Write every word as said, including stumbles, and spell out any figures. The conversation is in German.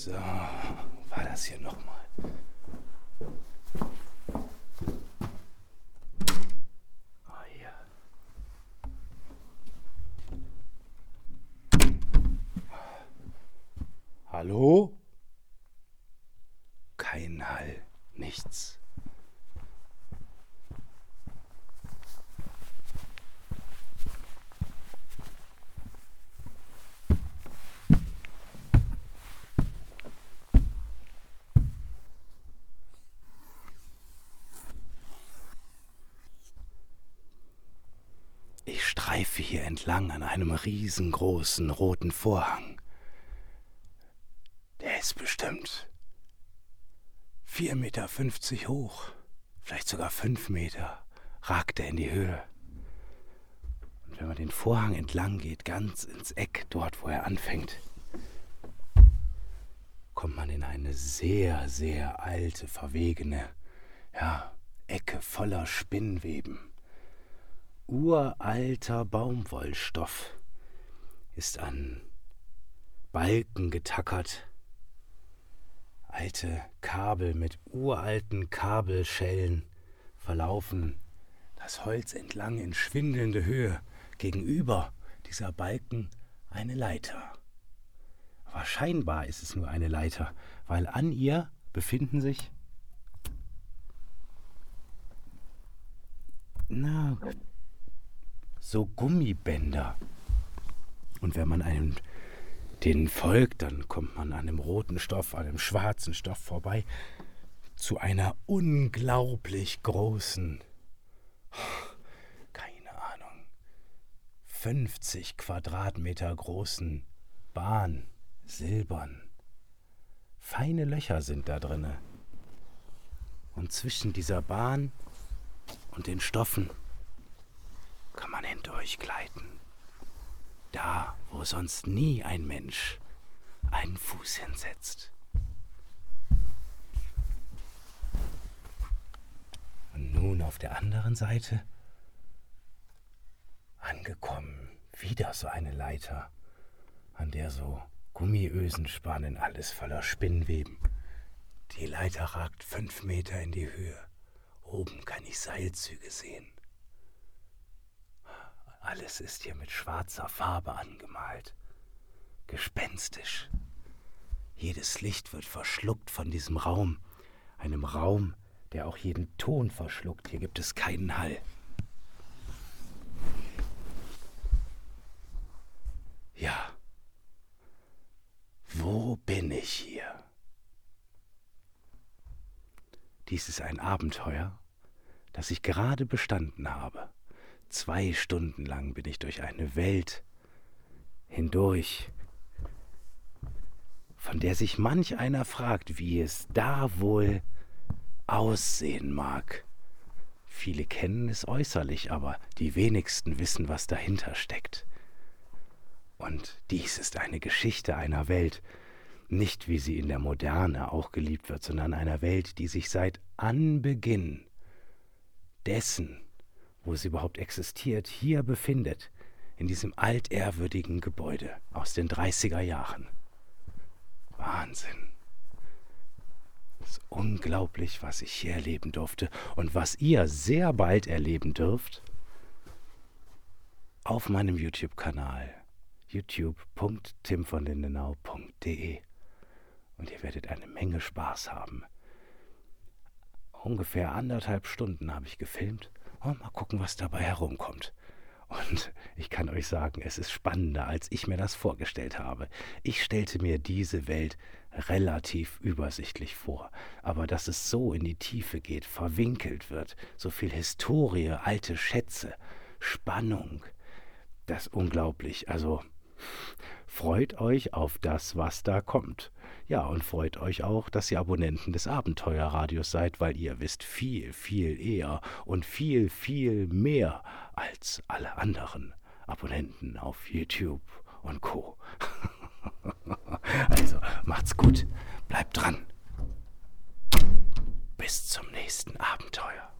So, war das hier nochmal. Oh, hier. Hallo? Kein Hall, nichts. Ich streife hier entlang an einem riesengroßen roten Vorhang. Der ist bestimmt vier Meter fünfzig hoch, vielleicht sogar fünf Meter, ragt er in die Höhe. Und wenn man den Vorhang entlang geht, ganz ins Eck, dort wo er anfängt, kommt man in eine sehr, sehr alte, verwegene, ja, Ecke voller Spinnweben. Uralter Baumwollstoff ist an Balken getackert. Alte Kabel mit uralten Kabelschellen verlaufen das Holz entlang in schwindelnde Höhe. Gegenüber dieser Balken eine Leiter. Aber scheinbar ist es nur eine Leiter, weil an ihr befinden sich na, so Gummibänder. Und wenn man einem denen folgt, dann kommt man an dem roten Stoff, an dem schwarzen Stoff vorbei zu einer unglaublich großen, keine Ahnung, fünfzig Quadratmeter großen Bahn, silbern. Feine Löcher sind da drinne. Und zwischen dieser Bahn und den Stoffen kann man hindurchgleiten. Da, wo sonst nie ein Mensch einen Fuß hinsetzt. Und nun auf der anderen Seite angekommen, wieder so eine Leiter, an der so Gummiösen spannen, alles voller Spinnweben. Die Leiter ragt fünf Meter in die Höhe. Oben kann ich Seilzüge sehen. Alles ist hier mit schwarzer Farbe angemalt. Gespenstisch. Jedes Licht wird verschluckt von diesem Raum. Einem Raum, der auch jeden Ton verschluckt. Hier gibt es keinen Hall. Ja. Wo bin ich hier? Dies ist ein Abenteuer, das ich gerade bestanden habe. Zwei Stunden lang bin ich durch eine Welt hindurch, von der sich manch einer fragt, wie es da wohl aussehen mag. Viele kennen es äußerlich, aber die wenigsten wissen, was dahinter steckt. Und dies ist eine Geschichte einer Welt, nicht wie sie in der Moderne auch geliebt wird, sondern einer Welt, die sich seit Anbeginn dessen, wo sie überhaupt existiert, hier befindet, in diesem altehrwürdigen Gebäude aus den dreißiger Jahren. Wahnsinn. Es ist unglaublich, was ich hier erleben durfte und was ihr sehr bald erleben dürft auf meinem YouTube-Kanal youtube punkt tim von lindenau punkt de. Und ihr werdet eine Menge Spaß haben. Ungefähr anderthalb Stunden habe ich gefilmt. Und mal gucken, was dabei herumkommt. Und ich kann euch sagen, es ist spannender, als ich mir das vorgestellt habe. Ich stellte mir diese Welt relativ übersichtlich vor. Aber dass es so in die Tiefe geht, verwinkelt wird, so viel Historie, alte Schätze, Spannung, das ist unglaublich. Also freut euch auf das, was da kommt. Ja, und freut euch auch, dass ihr Abonnenten des Abenteuerradios seid, weil ihr wisst viel, viel eher und viel, viel mehr als alle anderen Abonnenten auf YouTube und Co. Also, macht's gut, bleibt dran. Bis zum nächsten Abenteuer.